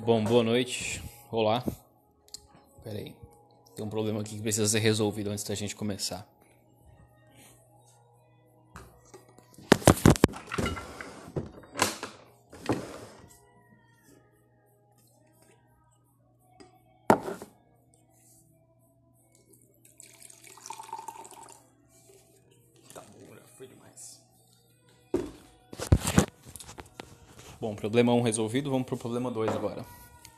Bom, boa noite. Olá. Pera aí. Tem um problema aqui que precisa ser resolvido antes da gente começar. Tá bom, já foi demais. Bom, problema 1 resolvido, vamos pro problema 2 agora.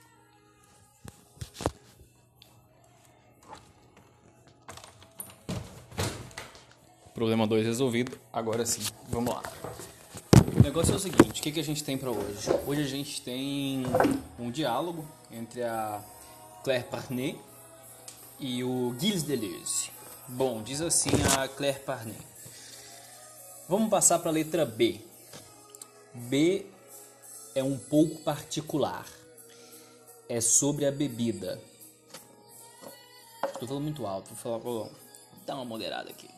Problema 2 resolvido, agora sim, vamos lá. O negócio é o seguinte, o que a gente tem para hoje? Hoje a gente tem um diálogo entre a Claire Parnay e o Gilles Deleuze. Bom, diz assim a Claire Parnay. Vamos passar para a letra B. B é um pouco particular. É sobre a bebida. Estou falando muito alto, vou dar uma moderada aqui.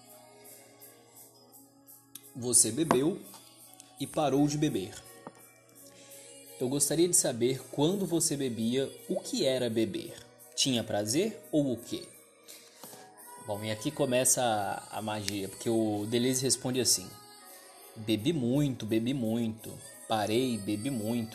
Você bebeu e parou de beber. Eu gostaria de saber quando você bebia, o que era beber. Tinha prazer ou o quê? Bom, e aqui começa a magia, porque o Deleuze responde assim. Bebi muito, parei, bebi muito.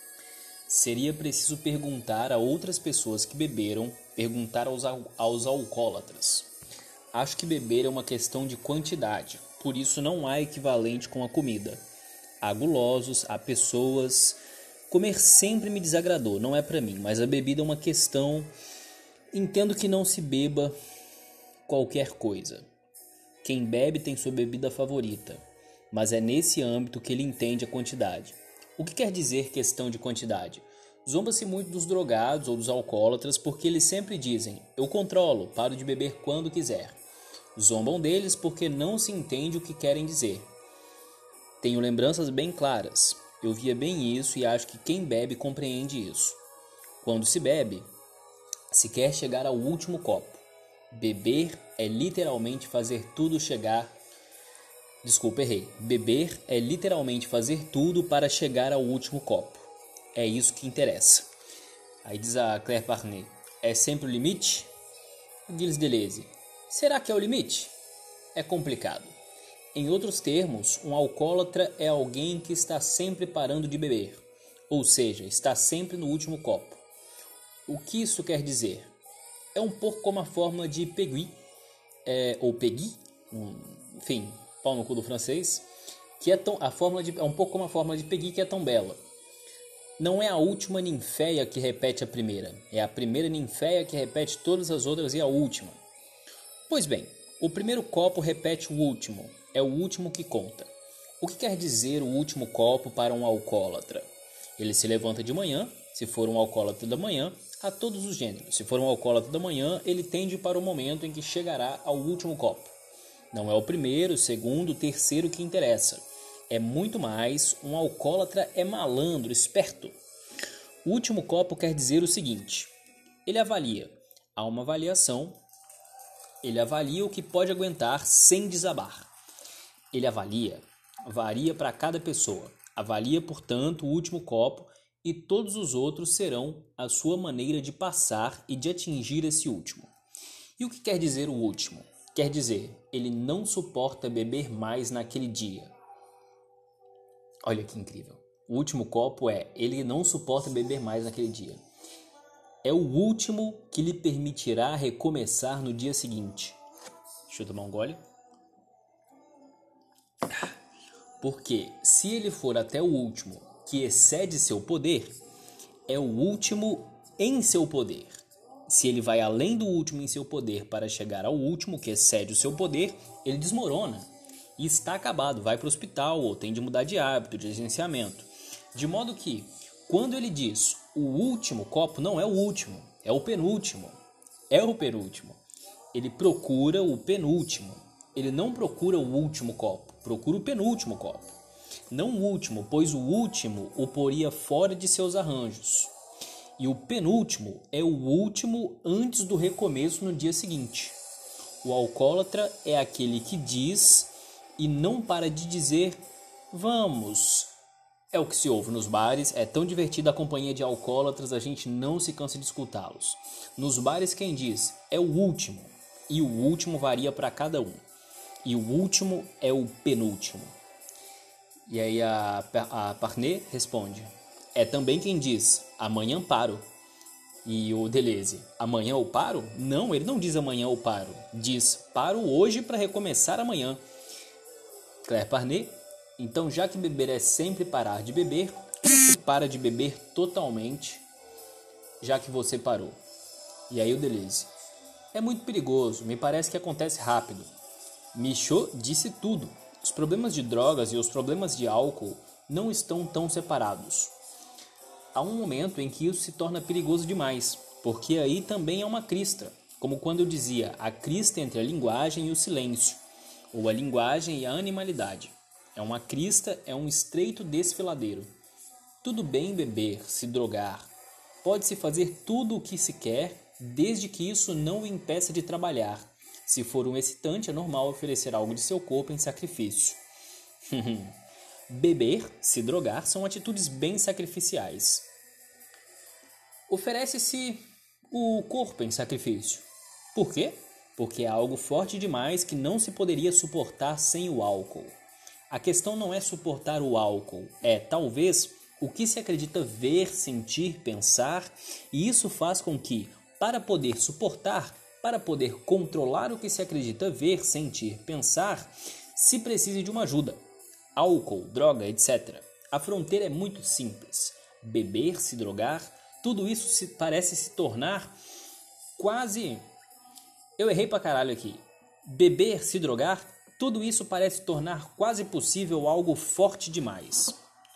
Seria preciso perguntar a outras pessoas que beberam, perguntar aos alcoólatras. Acho que beber é uma questão de quantidade, por isso não há equivalente com a comida. Há gulosos, há pessoas. Comer sempre me desagradou, não é para mim, mas a bebida é uma questão. Entendo que não se beba qualquer coisa. Quem bebe tem sua bebida favorita, mas é nesse âmbito que ele entende a quantidade. O que quer dizer questão de quantidade? Zomba-se muito dos drogados ou dos alcoólatras porque eles sempre dizem, eu controlo, paro de beber quando quiser. Zombam deles porque não se entende o que querem dizer. Tenho lembranças bem claras. Eu via bem isso e acho que quem bebe compreende isso. Quando se bebe, se quer chegar ao último copo. Beber é literalmente fazer tudo chegar... Desculpa, errei. Beber é literalmente fazer tudo para chegar ao último copo. É isso que interessa. Aí diz a Claire Parnay. É sempre o limite? Gilles Deleuze. Será que é o limite? É complicado. Em outros termos, um alcoólatra é alguém que está sempre parando de beber. Ou seja, está sempre no último copo. O que isso quer dizer? É um pouco como a fórmula de Péguy, ou Péguy, enfim, pau no cu do francês, que é um pouco como a fórmula de Péguy que é tão bela. Não é a última ninféia que repete a primeira, é a primeira ninféia que repete todas as outras e a última. Pois bem, o primeiro copo repete o último, é o último que conta. O que quer dizer o último copo para um alcoólatra? Ele se levanta de manhã, se for um alcoólatra da manhã, a todos os gêneros. Se for um alcoólatra da manhã, ele tende para o momento em que chegará ao último copo. Não é o primeiro, o segundo, o terceiro que interessa. É muito mais, um alcoólatra é malandro, esperto. O último copo quer dizer o seguinte, ele avalia, há uma avaliação, ele avalia o que pode aguentar sem desabar. Ele avalia, varia para cada pessoa, avalia, portanto, o último copo e todos os outros serão a sua maneira de passar e de atingir esse último. E o que quer dizer o último? Quer dizer, ele não suporta beber mais naquele dia. Olha que incrível. O último copo ele não suporta beber mais naquele dia. É o último que lhe permitirá recomeçar no dia seguinte. Deixa eu tomar um gole. Porque se ele for até o último que excede seu poder, é o último em seu poder. Se ele vai além do último em seu poder para chegar ao último que excede o seu poder, ele desmorona e está acabado, vai para o hospital ou tem de mudar de hábito, de agenciamento. De modo que, quando ele diz o último copo, não é o último, é o penúltimo. É o penúltimo. Ele procura o penúltimo. Ele não procura o último copo, procura o penúltimo copo. Não o último, pois o último o poria fora de seus arranjos. E o penúltimo é o último antes do recomeço no dia seguinte. O alcoólatra é aquele que diz e não para de dizer, vamos, É o que se ouve nos bares, é tão divertida a companhia de alcoólatras, a gente não se cansa de escutá-los. Nos bares quem diz é o último, e o último varia para cada um. E o último é o penúltimo. E aí a Parnay responde, é também quem diz, amanhã paro. E o Deleuze, amanhã eu paro? Não, ele não diz amanhã eu paro, diz paro hoje para recomeçar amanhã. Claire Parnay, então já que beber é sempre parar de beber, você para de beber totalmente, já que você parou. E aí o Deleuze, é muito perigoso, me parece que acontece rápido. Michaud disse tudo. Os problemas de drogas e os problemas de álcool não estão tão separados. Há um momento em que isso se torna perigoso demais, porque aí também é uma crista, como quando eu dizia a crista entre a linguagem e o silêncio, ou a linguagem e a animalidade. É uma crista, é um estreito desfiladeiro. Tudo bem beber, se drogar. Pode-se fazer tudo o que se quer, desde que isso não o impeça de trabalhar. Se for um excitante, é normal oferecer algo de seu corpo em sacrifício. Beber, se drogar, são atitudes bem sacrificiais. Oferece-se o corpo em sacrifício. Por quê? Porque é algo forte demais que não se poderia suportar sem o álcool. A questão não é suportar o álcool, é, talvez, o que se acredita ver, sentir, pensar, e isso faz com que, para poder suportar, para poder controlar o que se acredita ver, sentir, pensar, se precise de uma ajuda. Álcool, droga, etc. A fronteira é muito simples. Beber, se drogar, tudo isso parece se tornar quase... Eu errei pra caralho aqui. Beber, se drogar, tudo isso parece tornar quase possível algo forte demais.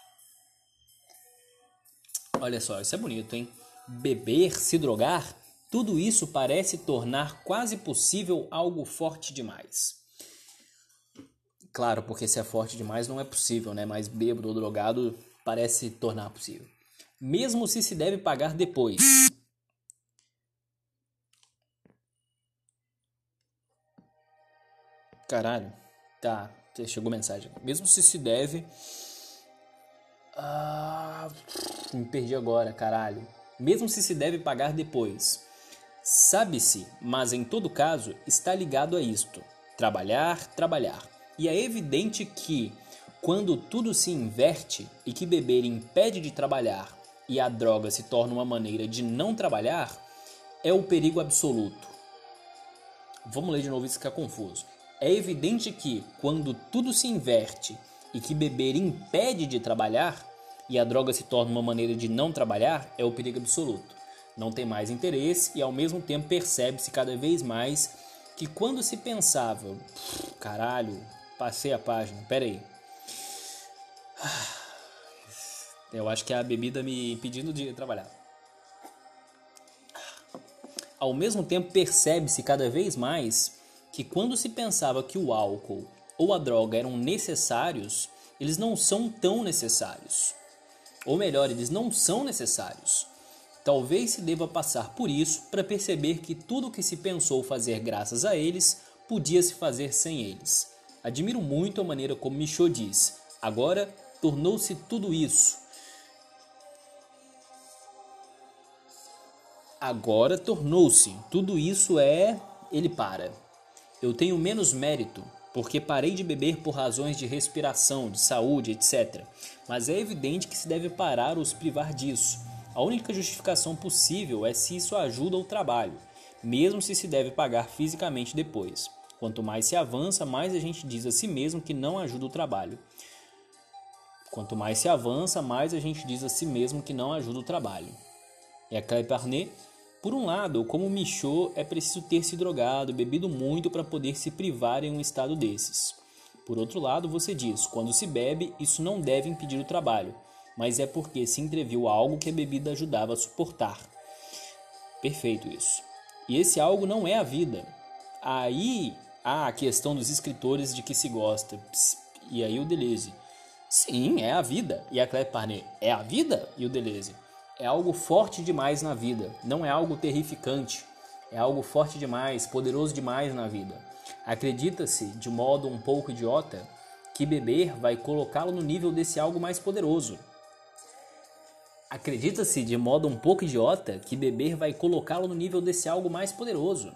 Olha só, isso é bonito, hein? Beber, se drogar, tudo isso parece tornar quase possível algo forte demais. Claro, porque se é forte demais não é possível, né? Mas bêbado ou drogado parece tornar possível. Mesmo se deve pagar depois. Caralho. Tá, chegou mensagem. Mesmo se deve... me perdi agora, caralho. Mesmo se deve pagar depois. Sabe-se, mas em todo caso está ligado a isto. Trabalhar, trabalhar. E é evidente que, quando tudo se inverte e que beber impede de trabalhar e a droga se torna uma maneira de não trabalhar, é o perigo absoluto. Vamos ler de novo, isso fica confuso. É evidente que, quando tudo se inverte e que beber impede de trabalhar e a droga se torna uma maneira de não trabalhar, é o perigo absoluto. Não tem mais interesse e ao mesmo tempo percebe-se cada vez mais que quando se pensava, caralho, passei a página, pera aí. Eu acho que é a bebida me impedindo de trabalhar. Ao mesmo tempo percebe-se cada vez mais que quando se pensava que o álcool ou a droga eram necessários, eles não são tão necessários. Ou melhor, eles não são necessários. Talvez se deva passar por isso para perceber que tudo o que se pensou fazer graças a eles, podia se fazer sem eles. Admiro muito a maneira como Michaud diz, agora tornou-se tudo isso. Agora tornou-se, tudo isso ele para. Eu tenho menos mérito, porque parei de beber por razões de respiração, de saúde, etc. Mas é evidente que se deve parar ou se privar disso. A única justificação possível é se isso ajuda o trabalho, mesmo se deve pagar fisicamente depois. Quanto mais se avança, mais a gente diz a si mesmo que não ajuda o trabalho. Quanto mais se avança, mais a gente diz a si mesmo que não ajuda o trabalho. E a Claire Parnay, por um lado, como Michaud, é preciso ter se drogado, bebido muito para poder se privar em um estado desses. Por outro lado, você diz, quando se bebe, isso não deve impedir o trabalho, mas é porque se entreviu algo que a bebida ajudava a suportar. Perfeito isso. E esse algo não é a vida. Aí há a questão dos escritores de que se gosta. E aí o Deleuze. Sim, é a vida. E a Claire Parnay. É a vida? E o Deleuze. É algo forte demais na vida. Não é algo terrificante. É algo forte demais, poderoso demais na vida. Acredita-se, de modo um pouco idiota, que beber vai colocá-lo no nível desse algo mais poderoso. Acredita-se, de modo um pouco idiota, que beber vai colocá-lo no nível desse algo mais poderoso.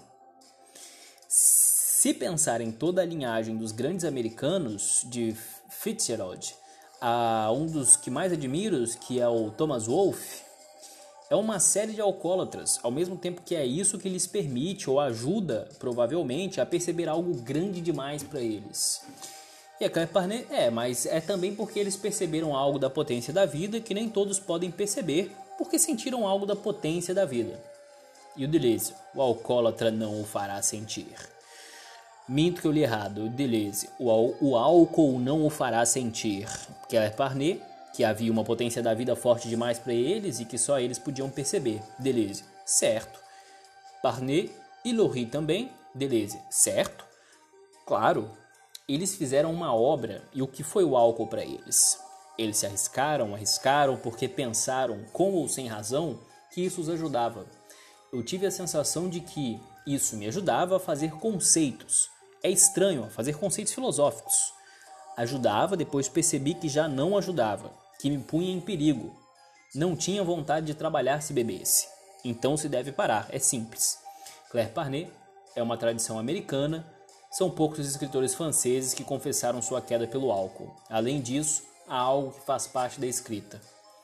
Se pensar em toda a linhagem dos grandes americanos, de Fitzgerald a um dos que mais admiro, que é o Thomas Wolfe, é uma série de alcoólatras, ao mesmo tempo que é isso que lhes permite ou ajuda, provavelmente, a perceber algo grande demais para eles. E a Claire Parnet mas é também porque eles perceberam algo da potência da vida que nem todos podem perceber, porque sentiram algo da potência da vida. E o Deleuze, o alcoólatra não o fará sentir. Minto que eu li errado, Deleuze, o álcool não o fará sentir. Claire Parnet, que havia uma potência da vida forte demais para eles e que só eles podiam perceber. Deleuze, certo. Parnet e Laurie também. Deleuze, certo. Claro, eles fizeram uma obra e o que foi o álcool para eles? Eles se arriscaram porque pensaram, com ou sem razão, que isso os ajudava. Eu tive a sensação de que isso me ajudava a fazer conceitos. É estranho, a fazer conceitos filosóficos. Ajudava, depois percebi que já não ajudava, que me punha em perigo. Não tinha vontade de trabalhar se bebesse. Então se deve parar, é simples. Claire Parnet é uma tradição americana. São poucos os escritores franceses que confessaram sua queda pelo álcool. Além disso, há algo que faz parte da escrita.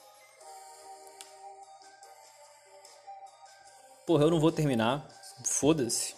Porra, eu não vou terminar. Foda-se.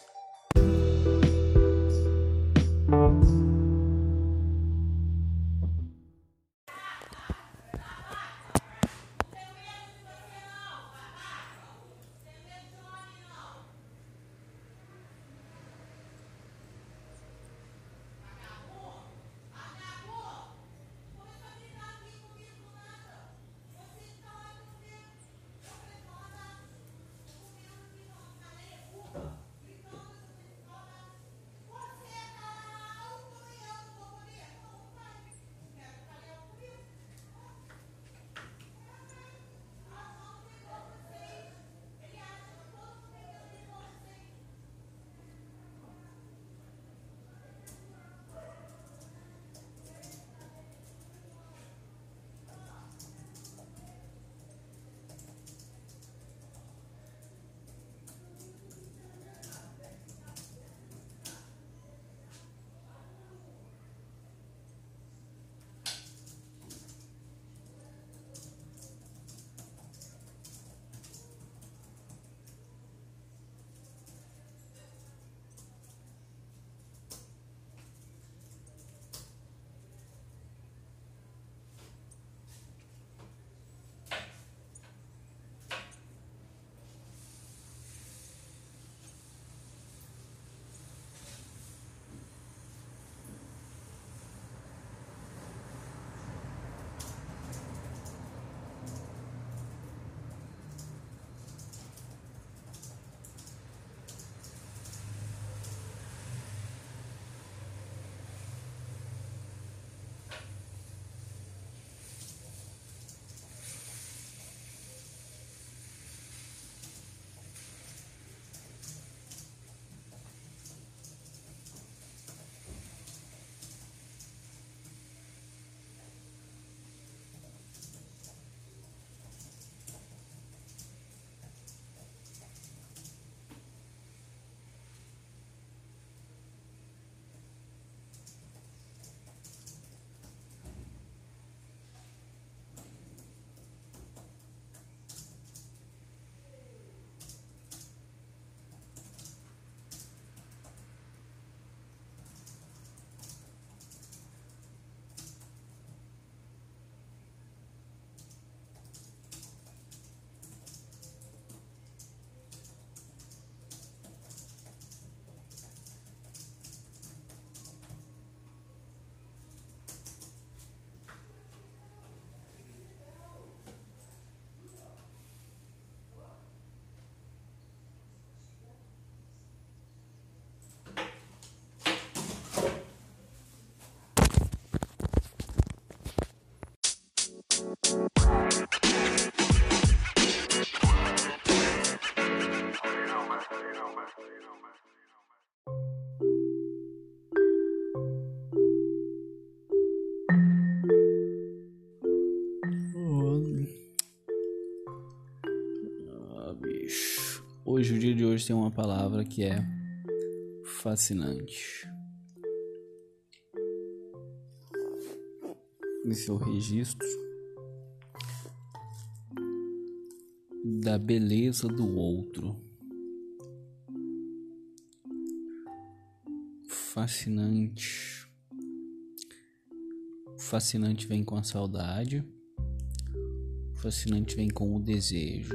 Hoje, o dia de hoje tem uma palavra que é fascinante. Esse é o registro da beleza do outro. Fascinante. Fascinante vem com a saudade. Fascinante vem com o desejo.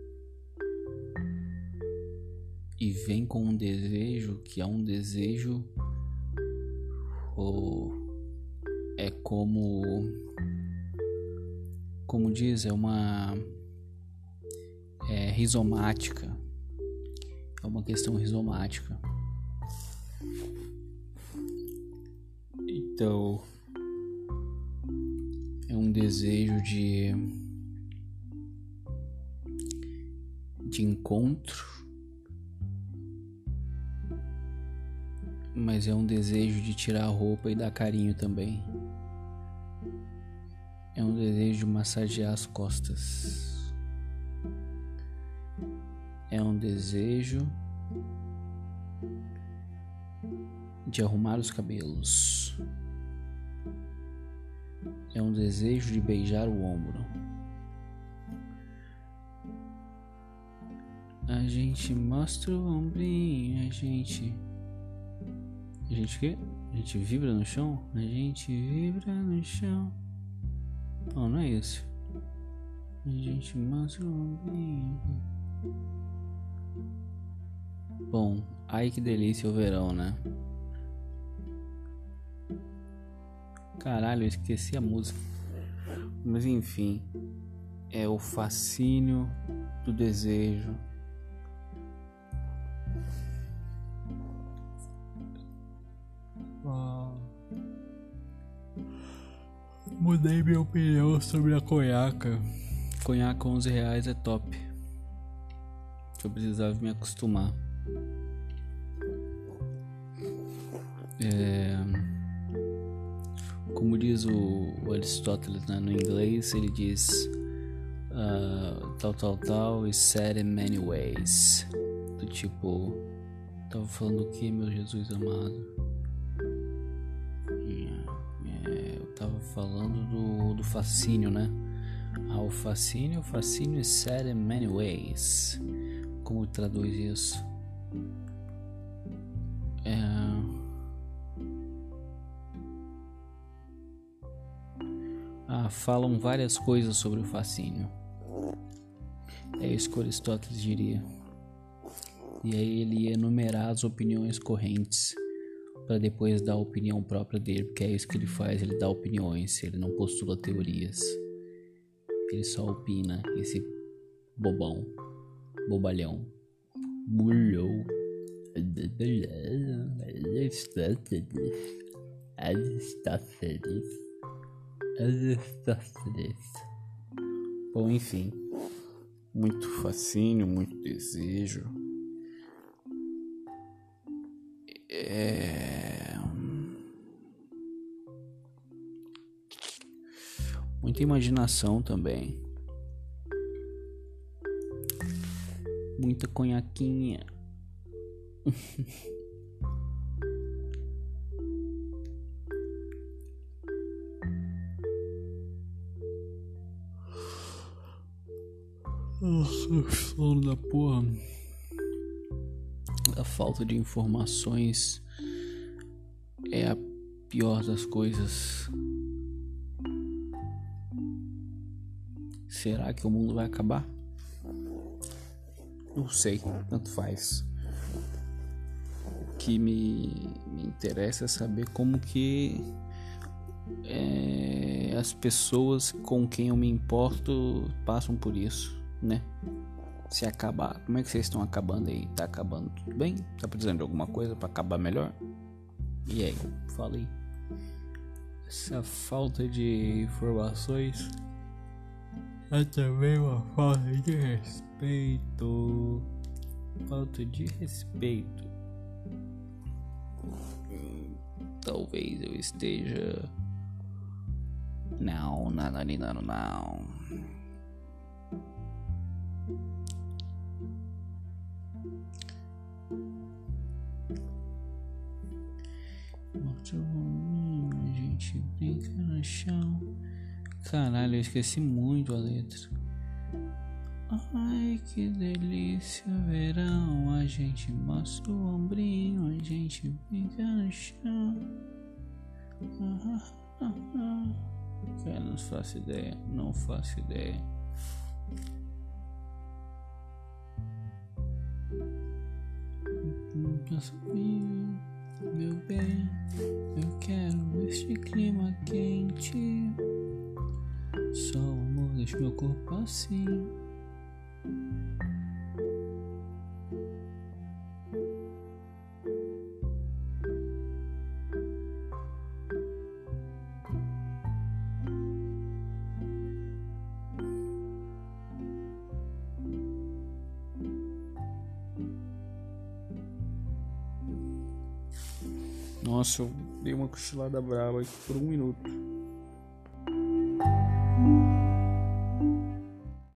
E vem com um desejo que é um desejo é como diz, é rizomática. É uma questão rizomática. Então, é um desejo de encontro, mas é um desejo de tirar a roupa e dar carinho também. É um desejo de massagear as costas. É um desejo de arrumar os cabelos. É um desejo de beijar o ombro. A gente mostra o ombrinho, a gente o quê? A gente vibra no chão? A gente vibra no chão. Não é isso. A gente mostra o ombrinho. Bom, ai que delícia o verão, né? Caralho, eu esqueci a música. Mas enfim, é o fascínio do desejo. Mudei minha opinião sobre a conhaca. Conhaca R$11 é top. Eu precisava me acostumar. Como diz o Aristóteles, né, no inglês, ele diz tal is said in many ways. Do tipo, tava falando o que, meu Jesus amado? Eu tava falando do fascínio, né? O fascínio is said in many ways. Como traduz isso? Falam várias coisas sobre o fascínio. É isso que Aristóteles diria. E aí ele ia enumerar as opiniões correntes para depois dar a opinião própria dele, porque é isso que ele faz, ele dá opiniões, ele não postula teorias. Ele só opina, esse bobalhão. Bulhou. Bom, enfim, muito fascínio, muito desejo, muita imaginação também, muita conhaquinha. Sono da porra. A falta de informações é a pior das coisas. Será que o mundo vai acabar? Não sei, tanto faz. O que me interessa é saber como que as pessoas com quem eu me importo passam por isso, né? Se acabar, como é que vocês estão acabando aí? Tá acabando tudo bem? Tá precisando de alguma coisa pra acabar melhor? E aí, falei. Essa falta de informações é também uma falta de respeito. Falta de respeito. Talvez eu esteja... Não. A gente brinca no chão. Caralho, eu esqueci muito a letra. Ai, que delícia, verão. A gente mostra o ombrinho, a gente brinca no chão. Eu não faço ideia, não faço ideia. Meu bem, eu quero este clima quente. Só o amor deixa meu corpo assim. Nossa, eu dei uma cochilada brava aqui por 1 minuto.